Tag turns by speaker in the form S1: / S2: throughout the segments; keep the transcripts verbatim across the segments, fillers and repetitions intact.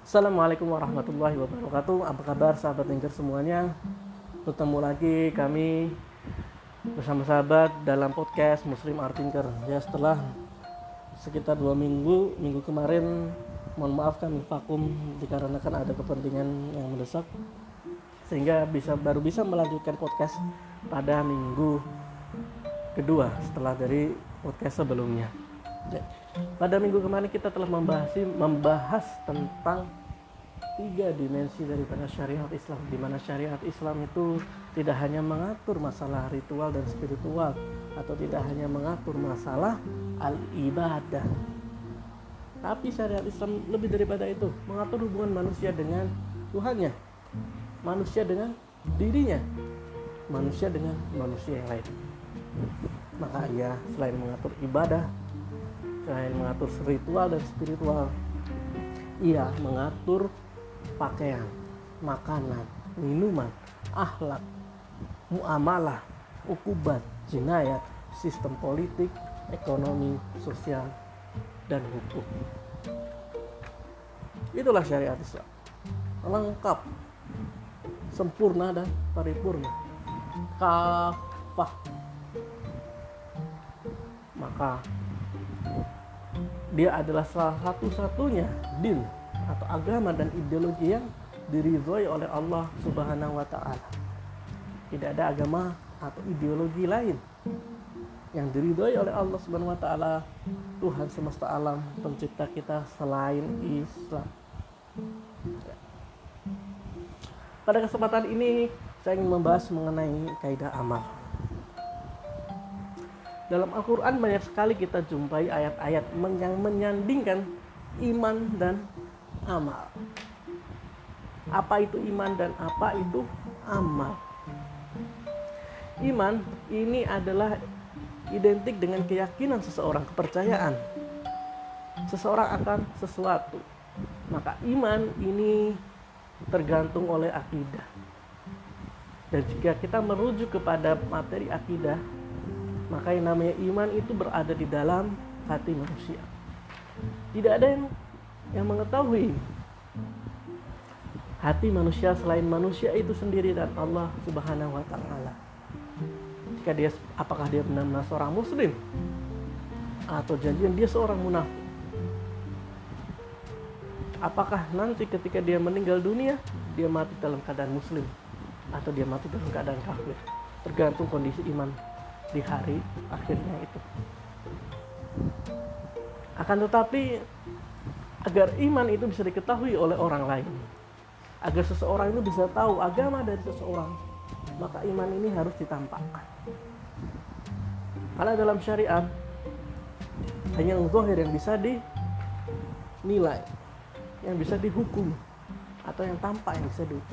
S1: Assalamualaikum warahmatullahi wabarakatuh. Apa kabar sahabat Anchor semuanya? Bertemu lagi kami bersama sahabat dalam podcast Muslim Art Thinker. Ya, setelah sekitar dua minggu, minggu kemarin, mohon maaf kami vakum dikarenakan ada kepentingan yang mendesak, sehingga bisa baru bisa melanjutkan podcast pada minggu kedua setelah dari podcast sebelumnya. Pada minggu kemarin kita telah membahas, membahas tentang tiga dimensi daripada syariat Islam, di mana syariat Islam itu tidak hanya mengatur masalah ritual dan spiritual, atau tidak hanya mengatur masalah al-ibadah, tapi syariat Islam lebih daripada itu, mengatur hubungan manusia dengan Tuhannya, manusia dengan dirinya, manusia dengan manusia yang lain. Maka ia selain mengatur ibadah, selain mengatur ritual dan spiritual, ia mengatur pakaian, makanan, minuman, akhlak, muamalah, ukubat, jinayat, sistem politik, ekonomi, sosial, dan hukum. Itulah syariat Islam, lengkap, sempurna dan paripurna, kafah. Maka dia adalah salah satu-satunya din atau agama dan ideologi yang diridhoi oleh Allah Subhanahu wa Ta'ala. Tidak ada agama atau ideologi lain yang diridhoi oleh Allah Subhanahu wa Ta'ala, Tuhan semesta alam, pencipta kita, selain Islam. Pada kesempatan ini saya ingin membahas mengenai kaidah amal. Dalam Al-Quran banyak sekali kita jumpai ayat-ayat yang menyandingkan iman dan amal. Apa itu iman dan apa itu amal? Iman ini adalah identik dengan keyakinan seseorang, kepercayaan seseorang akan sesuatu. Maka iman ini tergantung oleh akidah. Dan jika kita merujuk kepada materi akidah, maka yang namanya iman itu berada di dalam hati manusia. Tidak ada yang, yang mengetahui hati manusia selain manusia itu sendiri dan Allah Subhanahu wa Ta'ala. Jika dia, apakah dia benar-benar seorang muslim atau janjian dia seorang munafik? Apakah nanti ketika dia meninggal dunia dia mati dalam keadaan muslim atau dia mati dalam keadaan kafir? Tergantung kondisi iman di hari akhirnya itu. Akan tetapi agar iman itu bisa diketahui oleh orang lain, agar seseorang itu bisa tahu agama dari seseorang, maka iman ini harus ditampakkan. Karena dalam syariat hanya yang zahir yang bisa dinilai, yang bisa dihukum, atau yang tampak yang bisa dihukum.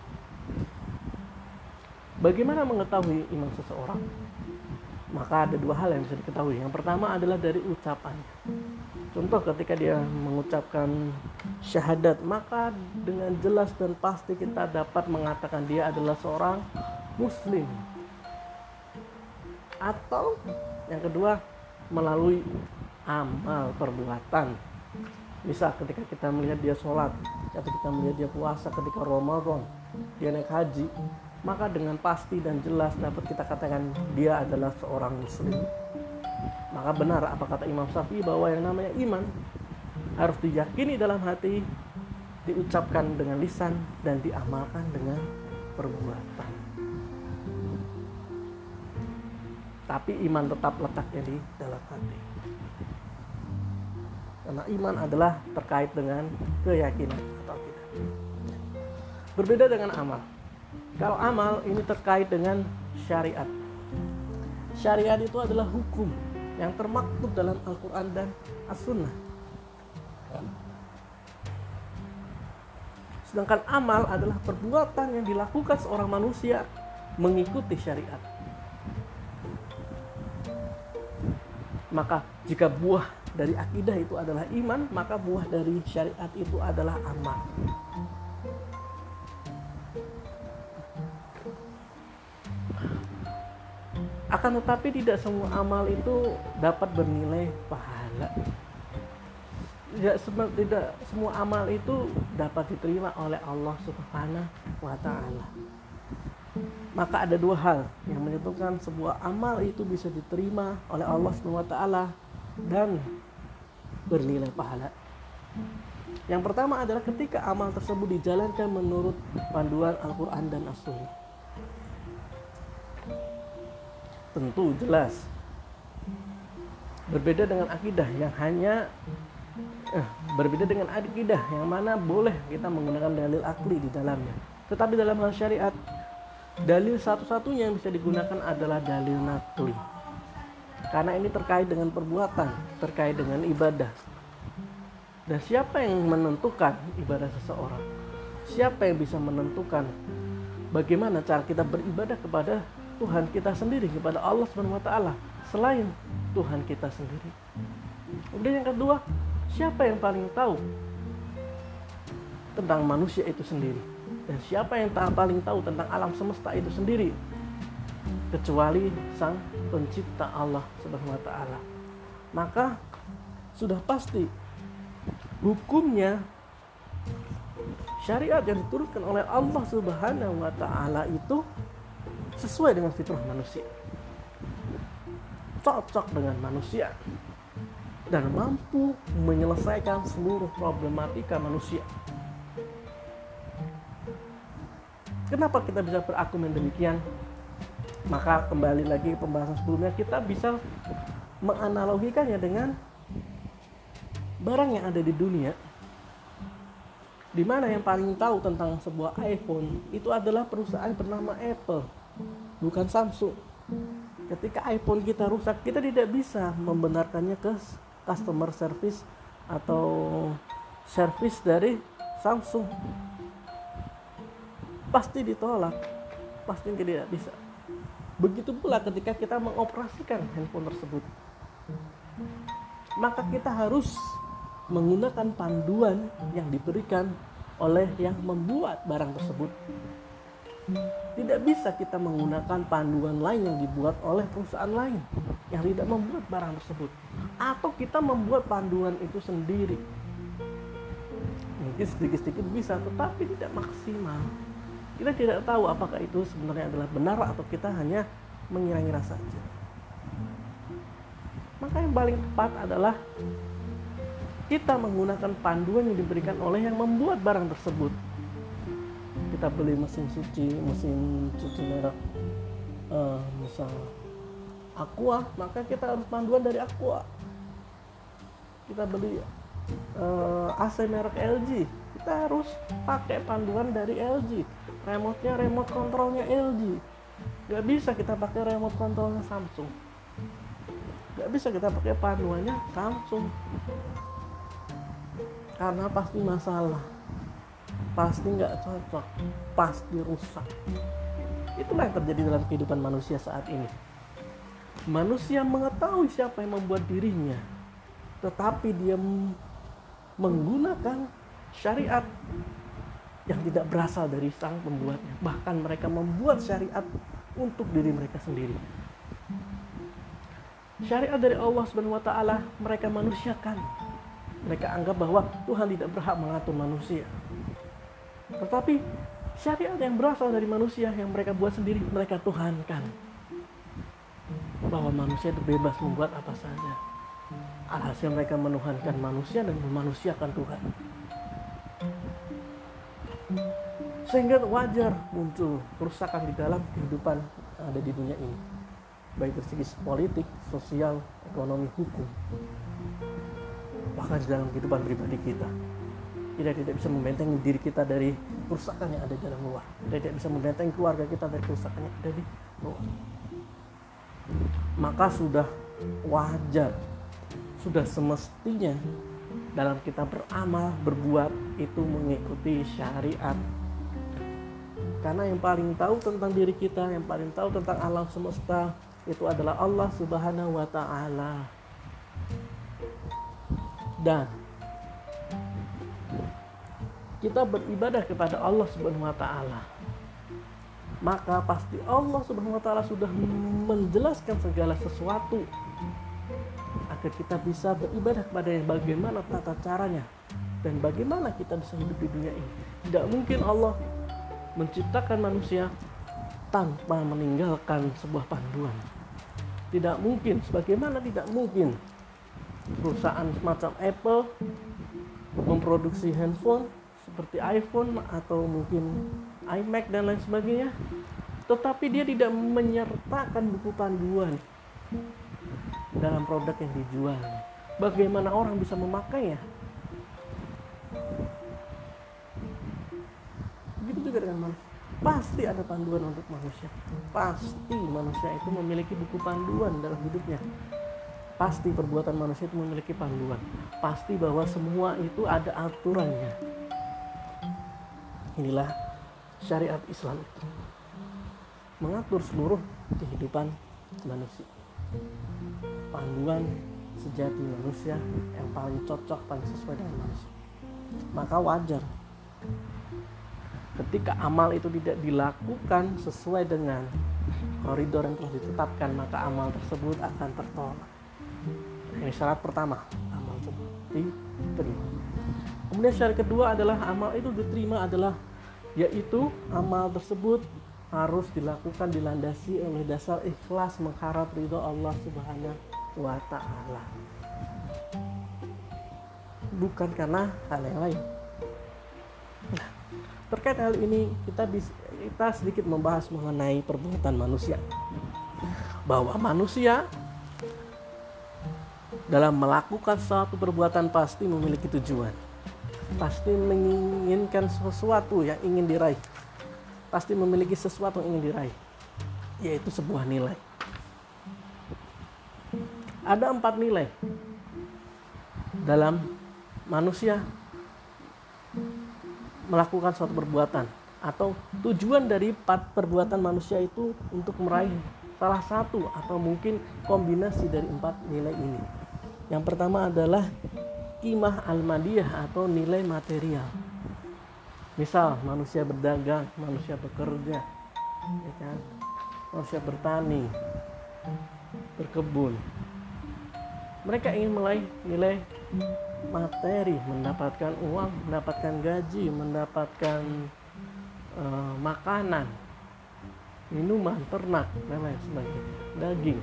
S1: Bagaimana mengetahui iman seseorang? Maka ada dua hal yang bisa diketahui. Yang pertama adalah dari ucapannya. Contoh ketika dia mengucapkan syahadat, maka dengan jelas dan pasti kita dapat mengatakan dia adalah seorang muslim. Atau yang kedua melalui amal perbuatan. Misal ketika kita melihat dia sholat, atau kita melihat dia puasa ketika Ramadan, dia naik haji, maka dengan pasti dan jelas dapat kita katakan dia adalah seorang muslim. Maka benar apa kata Imam Syafi'i, bahwa yang namanya iman harus diyakini dalam hati, diucapkan dengan lisan, dan diamalkan dengan perbuatan. Tapi iman tetap letaknya di dalam hati, karena iman adalah terkait dengan keyakinan atau tidak. Berbeda dengan amal. Kalau amal ini terkait dengan syariat. Syariat itu adalah hukum yang termaktub dalam Al-Quran dan As-Sunnah. Sedangkan amal adalah perbuatan yang dilakukan seorang manusia mengikuti syariat. Maka jika buah dari akidah itu adalah iman, maka buah dari syariat itu adalah amal. Akan tetapi tidak semua amal itu dapat bernilai pahala. tidak, tidak semua amal itu dapat diterima oleh Allah Subhanahu wa Ta'ala. Maka ada dua hal yang menentukan sebuah amal itu bisa diterima oleh Allah Subhanahu wa Ta'ala dan bernilai pahala. Yang pertama adalah ketika amal tersebut dijalankan menurut panduan Al-Quran dan As-Sunnah. Tentu jelas berbeda dengan akidah yang hanya eh, berbeda dengan akidah yang mana boleh kita menggunakan dalil akli di dalamnya. Tetapi dalam hal syariat, dalil satu-satunya yang bisa digunakan adalah dalil nakli. Karena ini terkait dengan perbuatan, terkait dengan ibadah. Dan siapa yang menentukan ibadah seseorang? Siapa yang bisa menentukan bagaimana cara kita beribadah kepada Tuhan kita sendiri, kepada Allah Subhanahu wa Ta'ala, selain Tuhan kita sendiri? Kemudian yang kedua, siapa yang paling tahu tentang manusia itu sendiri? Dan siapa yang paling tahu tentang alam semesta itu sendiri? Kecuali Sang Pencipta Allah Subhanahu wa Ta'ala. Maka sudah pasti hukumnya syariat yang diturunkan oleh Allah Subhanahu wa Ta'ala itu sesuai dengan fitrah manusia, cocok dengan manusia, dan mampu menyelesaikan seluruh problematika manusia. Kenapa kita bisa berargumen demikian? Maka kembali lagi ke pembahasan sebelumnya, kita bisa menganalogikannya dengan barang yang ada di dunia, di mana yang paling tahu tentang sebuah iPhone itu adalah perusahaan bernama Apple, bukan Samsung. Ketika iPhone kita rusak, kita tidak bisa membenarkannya ke customer service atau service dari Samsung. Pasti ditolak, pasti tidak bisa. Begitu pula ketika kita mengoperasikan handphone tersebut, maka kita harus menggunakan panduan yang diberikan oleh yang membuat barang tersebut. Tidak bisa kita menggunakan panduan lain yang dibuat oleh perusahaan lain yang tidak membuat barang tersebut, atau kita membuat panduan itu sendiri. Mungkin sedikit-sedikit bisa, tetapi tidak maksimal. Kita tidak tahu apakah itu sebenarnya adalah benar atau kita hanya mengira-ngira saja. Maka yang paling tepat adalah kita menggunakan panduan yang diberikan oleh yang membuat barang tersebut. Kita beli mesin cuci, mesin cuci merek uh, misal Aqua, maka kita harus panduan dari Aqua. Kita beli uh, A C merek L G, kita harus pakai panduan dari L G. Remote-nya remote kontrolnya L G. Gak bisa kita pakai remote kontrolnya Samsung. Gak bisa kita pakai panduannya Samsung. Karena pasti masalah, pasti gak cocok, pasti rusak. Itulah yang terjadi dalam kehidupan manusia saat ini. Manusia mengetahui siapa yang membuat dirinya, tetapi dia menggunakan syariat yang tidak berasal dari sang pembuatnya. Bahkan mereka membuat syariat untuk diri mereka sendiri. Syariat dari Allah Subhanahu wa Ta'ala mereka manusiakan. Mereka anggap bahwa Tuhan tidak berhak mengatur manusia. Tetapi syariat yang berasal dari manusia yang mereka buat sendiri, mereka tuhankan. Bahwa manusia itu bebas membuat apa saja. Alhasil mereka menuhankan manusia dan memanusiakan Tuhan. Sehingga wajar muncul kerusakan di dalam kehidupan yang ada di dunia ini, baik dari segi politik, sosial, ekonomi, hukum, bahkan di dalam kehidupan pribadi kita. Kita tidak bisa membentengi diri kita dari kerusakan yang ada di dalam luar. Kita tidak bisa membentengi keluarga kita dari kerusakan yang ada di luar. Maka sudah wajar, sudah semestinya dalam kita beramal, berbuat itu mengikuti syariat. Karena yang paling tahu tentang diri kita, yang paling tahu tentang alam semesta itu adalah Allah Subhanahu wa Ta'ala. Dan kita beribadah kepada Allah Subhanahu wa Ta'ala, maka pasti Allah Subhanahu wa Ta'ala sudah menjelaskan segala sesuatu agar kita bisa beribadah kepadanya, bagaimana tata caranya dan bagaimana kita bisa hidup di dunia ini. Tidak mungkin Allah menciptakan manusia tanpa meninggalkan sebuah panduan. Tidak mungkin, sebagaimana tidak mungkin perusahaan semacam Apple memproduksi handphone seperti iPhone atau mungkin iMac dan lain sebagainya, tetapi dia tidak menyertakan buku panduan dalam produk yang dijual. Bagaimana orang bisa memakainya? Begitu juga dengan manusia. Pasti ada panduan untuk manusia. Pasti manusia itu memiliki buku panduan dalam hidupnya. Pasti perbuatan manusia itu memiliki panduan. Pasti bahwa semua itu ada aturannya. Inilah syariat Islam itu, mengatur seluruh kehidupan manusia. Panduan sejati manusia yang paling cocok, paling sesuai dengan manusia. Maka wajar ketika amal itu tidak dilakukan sesuai dengan koridor yang telah ditetapkan, maka amal tersebut akan tertolak. Ini syarat pertama, amal itu diterima. Kemudian syarat kedua adalah amal itu diterima adalah yaitu amal tersebut harus dilakukan dilandasi oleh dasar ikhlas mengharap ridho Allah Subhanahu wa Ta'ala, bukan karena hal yang lain. Nah, terkait hal ini kita bisa, kita sedikit membahas mengenai perbuatan manusia, bahwa manusia dalam melakukan suatu perbuatan pasti memiliki tujuan, pasti menginginkan sesuatu yang ingin diraih, pasti memiliki sesuatu yang ingin diraih, yaitu sebuah nilai. Ada empat nilai dalam manusia melakukan suatu perbuatan, atau tujuan dari empat perbuatan manusia itu untuk meraih salah satu atau mungkin kombinasi dari empat nilai ini. Yang pertama adalah qimah al-madiyah atau nilai material. Misal manusia berdagang, manusia bekerja, ya kan? Manusia bertani, berkebun. Mereka ingin meraih nilai materi, mendapatkan uang, mendapatkan gaji, mendapatkan uh, makanan, minuman, ternak, dan lain sebagainya, daging,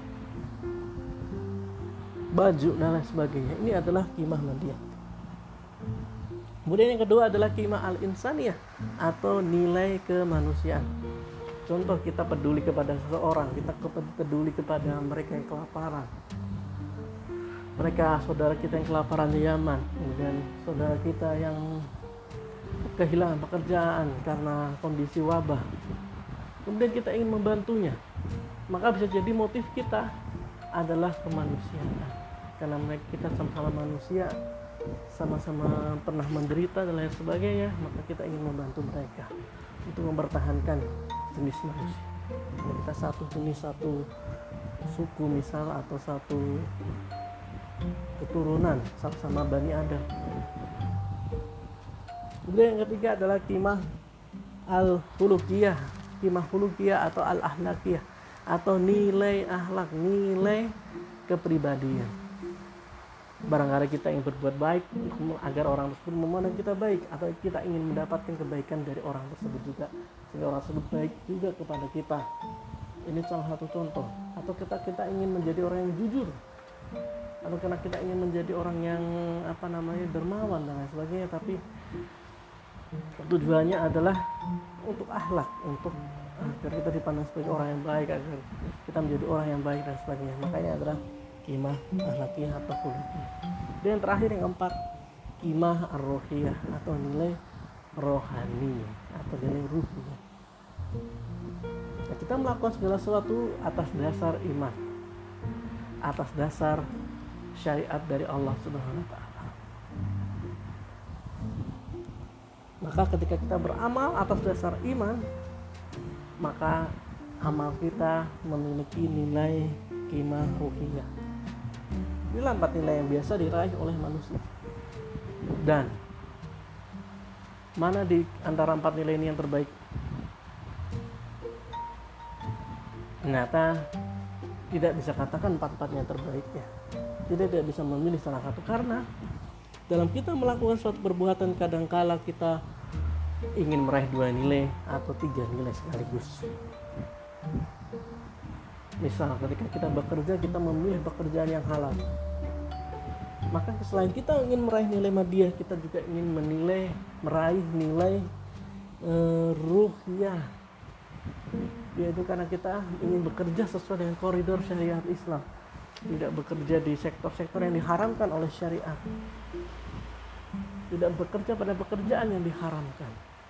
S1: baju, dan lain sebagainya. Ini adalah qimah madiyah. Kemudian yang kedua adalah qimah al-insaniyah atau nilai kemanusiaan. Contoh, kita peduli kepada seseorang, kita peduli kepada mereka yang kelaparan, mereka saudara kita yang kelaparan di Yaman, kemudian saudara kita yang kehilangan pekerjaan karena kondisi wabah, kemudian kita ingin membantunya, maka bisa jadi motif kita adalah kemanusiaan, karena mereka kita sama-sama manusia, sama-sama pernah menderita dan lain sebagainya, maka kita ingin membantu mereka untuk mempertahankan jenis manusia. Kita satu jenis, satu suku misal, atau satu keturunan, sama-sama Bani Adam. Kemudian yang ketiga adalah qimah al-khuluqiyah, qimah khuluqiyah atau al-ahlakiyah atau nilai akhlak, nilai kepribadian. Barangkali kita ingin berbuat baik agar orang tersebut memandang kita baik, atau kita ingin mendapatkan kebaikan dari orang tersebut juga, sehingga orang tersebut baik juga kepada kita. Ini salah satu contoh. Atau kita kita ingin menjadi orang yang jujur, atau karena kita ingin menjadi orang yang apa namanya dermawan dan lain sebagainya, tapi tujuannya adalah untuk akhlak, untuk agar kita dipandang sebagai orang yang baik, agar kita menjadi orang yang baik dan sebagainya. Makanya adalah qimah akhlakiyah atau khuluqiyah. Dan yang terakhir yang keempat, qimah ar-ruhiyah atau nilai rohani atau nilai ruhiyah. Nah, kita melakukan segala sesuatu atas dasar iman, atas dasar syariat dari Allah Subhanahu wa Ta'ala. Maka ketika kita beramal atas dasar iman, maka amal kita memiliki nilai qimah ruhiyah. Inilah empat nilai yang biasa diraih oleh manusia. Dan mana di antara empat nilai ini yang terbaik? Ternyata tidak bisa katakan empat-empatnya terbaik ya. Kita tidak bisa memilih salah satu, karena dalam kita melakukan suatu perbuatan kadangkala kita ingin meraih dua nilai atau tiga nilai sekaligus. Misal ketika kita bekerja, kita memilih pekerjaan yang halal, maka selain kita ingin meraih nilai madiyah, kita juga ingin menilai meraih nilai uh, ruhiyah, yaitu karena kita ingin bekerja sesuai dengan koridor syariat Islam, tidak bekerja di sektor-sektor yang diharamkan oleh syariat, tidak bekerja pada pekerjaan yang diharamkan,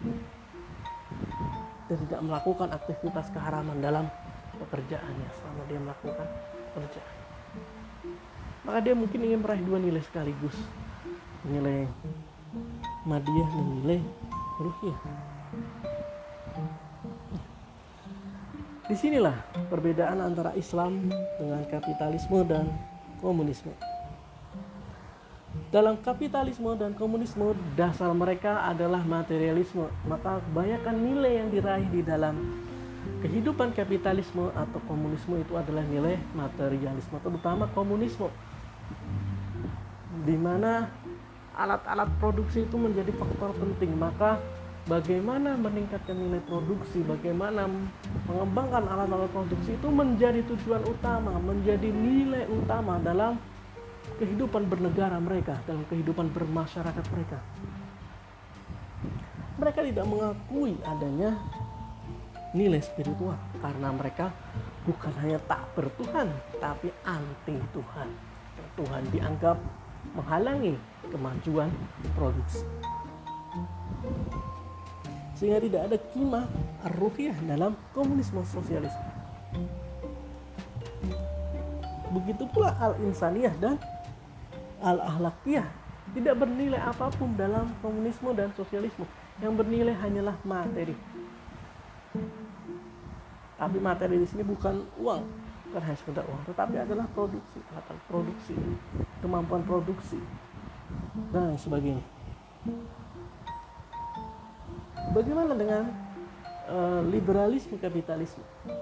S1: dan tidak melakukan aktivitas keharaman dalam pekerjaannya selama dia melakukan pekerjaan. Maka dia mungkin ingin meraih dua nilai sekaligus, nilai madiyah dan nilai ruhiyah. Disinilah perbedaan antara Islam dengan kapitalisme dan komunisme. Dalam kapitalisme dan komunisme, dasar mereka adalah materialisme. Maka kebanyakan nilai yang diraih di dalam kehidupan kapitalisme atau komunisme itu adalah nilai materialisme, terutama komunisme, di mana alat-alat produksi itu menjadi faktor penting. Maka bagaimana meningkatkan nilai produksi, bagaimana mengembangkan alat-alat produksi itu menjadi tujuan utama, menjadi nilai utama dalam kehidupan bernegara mereka, dalam kehidupan bermasyarakat mereka. Mereka tidak mengakui adanya nilai spiritual karena mereka bukan hanya tak bertuhan, tapi anti Tuhan. Tuhan dianggap menghalangi kemajuan produksi, sehingga tidak ada qimah ar-ruhiyah dalam komunisme sosialisme. Begitu pula al-insaniyah dan al-ahlakiyah tidak bernilai apapun dalam komunisme dan sosialisme. Yang bernilai hanyalah materi. Tapi materi di sini bukan uang, bukan hanya sekedar uang, tetapi adalah produksi, alat produksi, kemampuan produksi, dan sebagainya. Bagaimana dengan uh, liberalisme kapitalisme?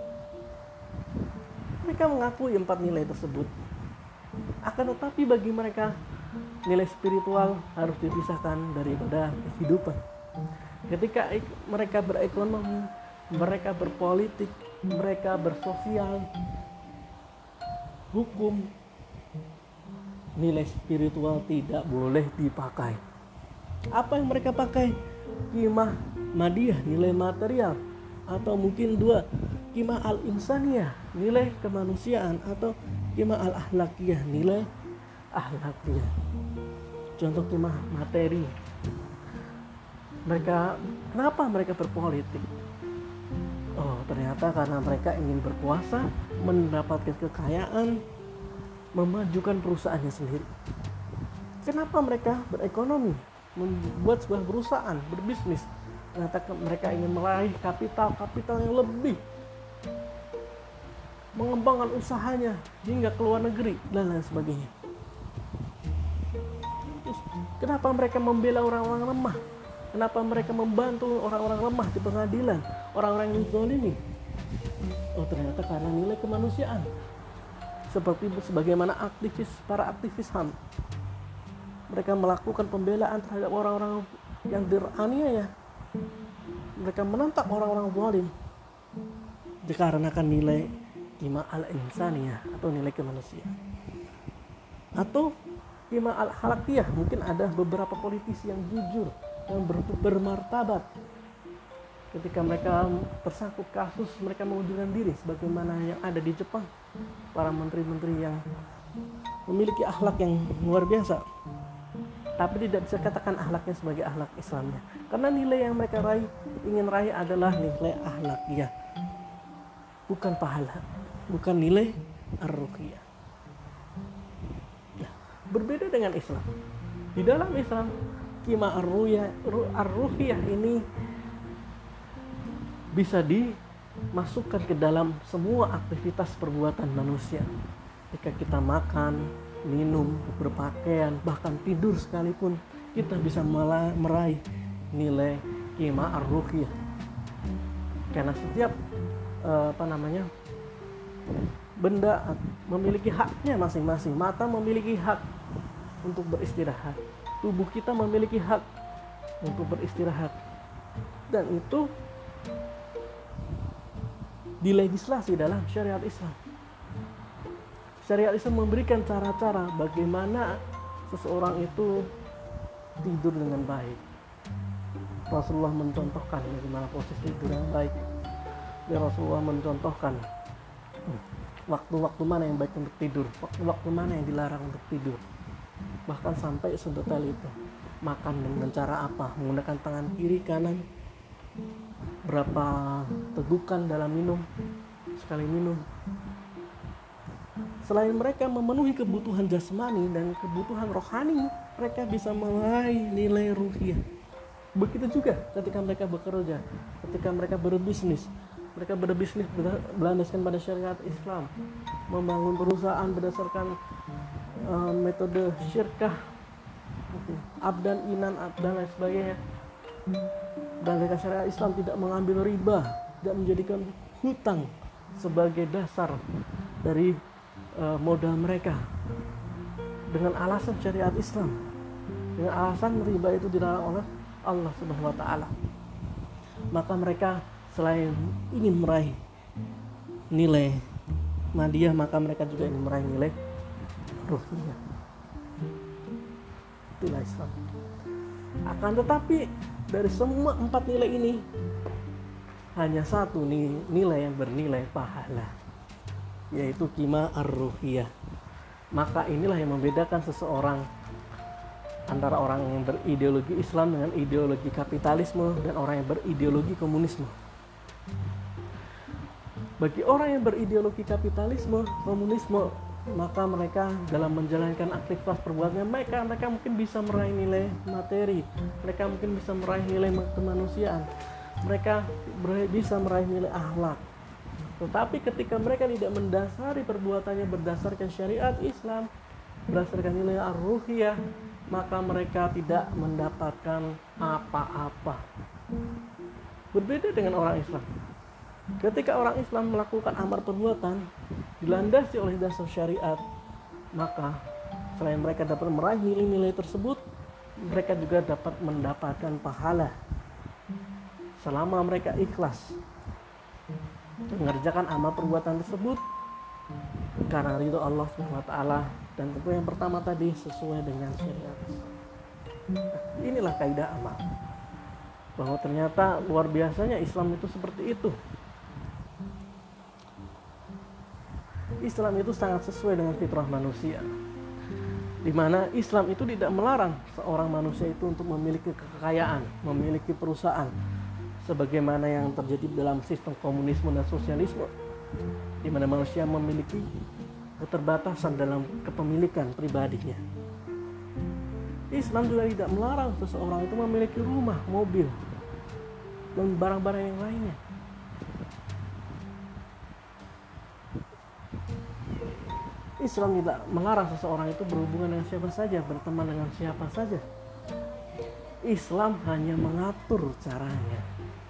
S1: Mereka mengakui empat nilai tersebut. Akan tetapi bagi mereka nilai spiritual harus dipisahkan daripada kehidupan. Ketika mereka berekonomi, mereka berpolitik, mereka bersosial, hukum, nilai spiritual tidak boleh dipakai. Apa yang mereka pakai? Qimah madiyah, nilai material, atau mungkin dua, qimah al-insaniyah, nilai kemanusiaan, atau qimah al-ahlakiyah, nilai ahlakiyah. Contoh qimah materi. Mereka, kenapa mereka berpolitik? Oh, ternyata karena mereka ingin berkuasa, mendapatkan kekayaan, memajukan perusahaannya sendiri. Kenapa mereka berekonomi, membuat sebuah perusahaan, berbisnis? Ternyata mereka ingin meraih kapital-kapital yang lebih, mengembangkan usahanya hingga ke luar negeri dan lain sebagainya. Terus, kenapa mereka membela orang-orang lemah? Kenapa mereka membantu orang-orang lemah di pengadilan, orang-orang yang dizalimi? Oh, ternyata karena nilai kemanusiaan. Seperti sebagaimana aktivis, para aktivis H A M, mereka melakukan pembelaan terhadap orang-orang yang dianiaya. Mereka menentang orang-orang zalim dikarenakan nilai qimah al-insaniyah atau nilai kemanusiaan. Atau qimah al-halakiyah, mungkin ada beberapa politisi yang jujur, yang ber- bermartabat. Ketika mereka tersangkut kasus, mereka mengundurkan diri, sebagaimana yang ada di Jepang, para menteri-menteri yang memiliki akhlak yang luar biasa, tapi tidak bisa katakan akhlaknya sebagai akhlak Islamnya, karena nilai yang mereka raih, ingin raih adalah nilai akhlakiyah, bukan pahala, bukan nilai ar-ruhiyah. Nah, berbeda dengan Islam. Di dalam Islam, qimah ar-ruhiyah ini bisa dimasukkan ke dalam semua aktivitas perbuatan manusia. Jika kita makan, minum, berpakaian, bahkan tidur sekalipun, kita bisa meraih nilai qimah ar-ruhiyah. Karena setiap eh, apa namanya benda memiliki haknya masing-masing. Mata memiliki hak untuk beristirahat, tubuh kita memiliki hak untuk beristirahat, dan itu dilegislasi dalam syariat Islam. Syariat Islam memberikan cara-cara bagaimana seseorang itu tidur dengan baik. Rasulullah mencontohkan bagaimana proses tidur yang baik. Dan Rasulullah mencontohkan waktu-waktu mana yang baik untuk tidur, waktu-waktu mana yang dilarang untuk tidur. Bahkan sampai sedetail itu. Makan dengan cara apa, menggunakan tangan kiri, kanan, berapa tegukan dalam minum, sekali minum. Selain mereka memenuhi kebutuhan jasmani dan kebutuhan rohani, mereka bisa meraih nilai ruhiyah. Begitu juga ketika mereka bekerja, ketika mereka berbisnis. Mereka berbisnis berlandaskan pada syariat Islam, membangun perusahaan berdasarkan uh, metode syirkah, abdan, inan, dan lain sebagainya. Dan mereka syariat Islam tidak mengambil riba, tidak menjadikan hutang sebagai dasar dari uh, modal mereka dengan alasan syariat Islam, dengan alasan riba itu dilarang oleh Allah Subhanahu wa taala. Maka mereka selain ingin meraih nilai madiyah, maka mereka juga ingin meraih nilai ruhiyah. Itulah Islam. Akan tetapi dari semua empat nilai ini hanya satu nih nilai yang bernilai pahala, yaitu qimah ar-ruhiyah. Maka inilah yang membedakan seseorang antara orang yang berideologi Islam dengan ideologi kapitalisme dan orang yang berideologi komunisme. Bagi orang yang berideologi kapitalisme, komunisme, maka mereka dalam menjalankan aktivitas perbuatannya, mereka mereka mungkin bisa meraih nilai materi, mereka mungkin bisa meraih nilai kemanusiaan, mereka bisa meraih nilai akhlak. Tetapi ketika mereka tidak mendasari perbuatannya berdasarkan syariat Islam, berdasarkan nilai ar-ruhiyah, maka mereka tidak mendapatkan apa-apa. Berbeda dengan orang Islam. Ketika orang Islam melakukan amar perbuatan dilandasi oleh dasar syariat, maka selain mereka dapat meraih nilai-nilai tersebut, mereka juga dapat mendapatkan pahala selama mereka ikhlas mengerjakan amal perbuatan tersebut karena ridho Allah subhanahu wa taala, dan tentu yang pertama tadi sesuai dengan syariat. Inilah kaidah amal, bahwa ternyata luar biasanya Islam itu seperti itu. Islam itu sangat sesuai dengan fitrah manusia, di mana Islam itu tidak melarang seorang manusia itu untuk memiliki kekayaan, memiliki perusahaan, sebagaimana yang terjadi dalam sistem komunisme dan sosialisme, di mana manusia memiliki keterbatasan dalam kepemilikan pribadinya. Islam juga tidak melarang seseorang itu memiliki rumah, mobil, dan barang-barang yang lainnya. Islam tidak melarang seseorang itu berhubungan dengan siapa saja, berteman dengan siapa saja. Islam hanya mengatur caranya.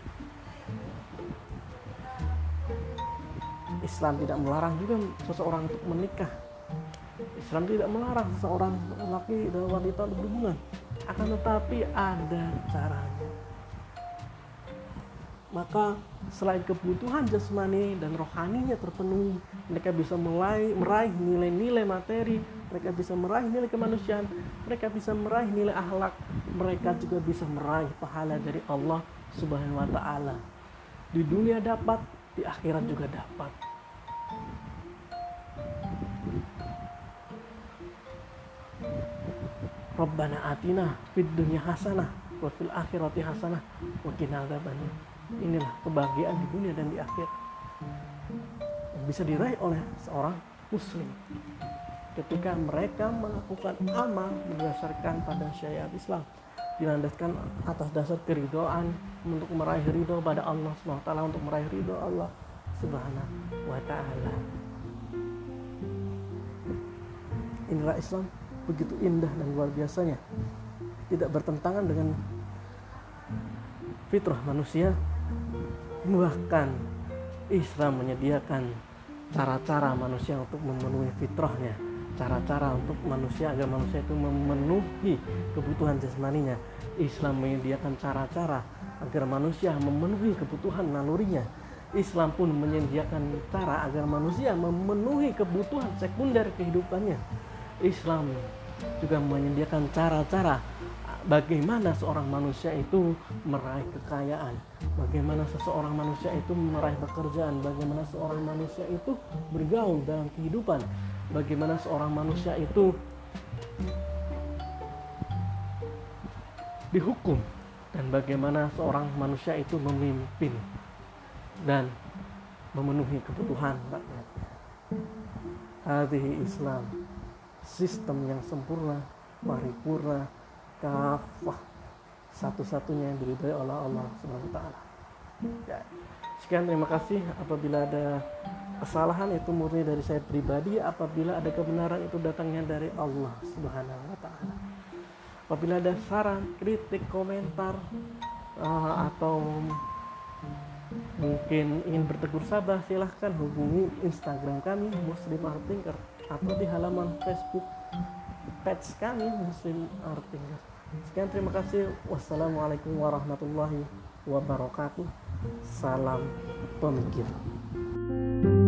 S1: Islam tidak melarang juga seseorang untuk menikah. Islam tidak melarang seseorang laki dan wanita untuk berhubungan. Akan tetapi ada caranya. Maka selain kebutuhan jasmani dan rohaninya terpenuhi, mereka bisa meraih, meraih nilai-nilai materi, mereka bisa meraih nilai kemanusiaan, mereka bisa meraih nilai akhlak, mereka juga bisa meraih pahala dari Allah Subhanahu wa taala. Di dunia dapat, di akhirat juga dapat. Rabbana atina fid dunya hasanah wa fil akhirati hasanah wa qina adzabannar. Inilah kebahagiaan di dunia dan di akhir yang bisa diraih oleh seorang muslim ketika mereka melakukan amal berdasarkan pada syariat Islam, dilandaskan atas dasar keridhaan untuk meraih ridho pada Allah subhanahu wa taala, untuk meraih ridho Allah subhanahu wa taala. Inilah Islam, begitu indah dan luar biasanya, tidak bertentangan dengan fitrah manusia. Bahkan Islam menyediakan cara-cara manusia untuk memenuhi fitrahnya, cara-cara untuk manusia agar manusia itu memenuhi kebutuhan jasmaninya. Islam menyediakan cara-cara agar manusia memenuhi kebutuhan nalurinya. Islam pun menyediakan cara agar manusia memenuhi kebutuhan sekunder kehidupannya. Islam juga menyediakan cara-cara bagaimana seorang manusia itu meraih kekayaan, bagaimana seseorang manusia itu meraih pekerjaan, bagaimana seorang manusia itu bergaul dalam kehidupan, bagaimana seorang manusia itu dihukum, dan bagaimana seorang manusia itu memimpin dan memenuhi kebutuhan rakyat. Hadhihi Islam, sistem yang sempurna, paripurna, kafah, satu-satunya yang diridhai oleh Allah Subhanahu wa taala. Ya. Sekian, terima kasih. Apabila ada kesalahan itu murni dari saya pribadi, apabila ada kebenaran itu datangnya dari Allah Subhanahu wa taala. Apabila ada saran, kritik, komentar uh, atau mungkin ingin bertegur sapa, silahkan hubungi Instagram kami Muslim Art Thinker atau di halaman Facebook page kami Muslim Art Thinker. Sekian, terima kasih. Wassalamualaikum warahmatullahi wabarakatuh. Salam pemikir.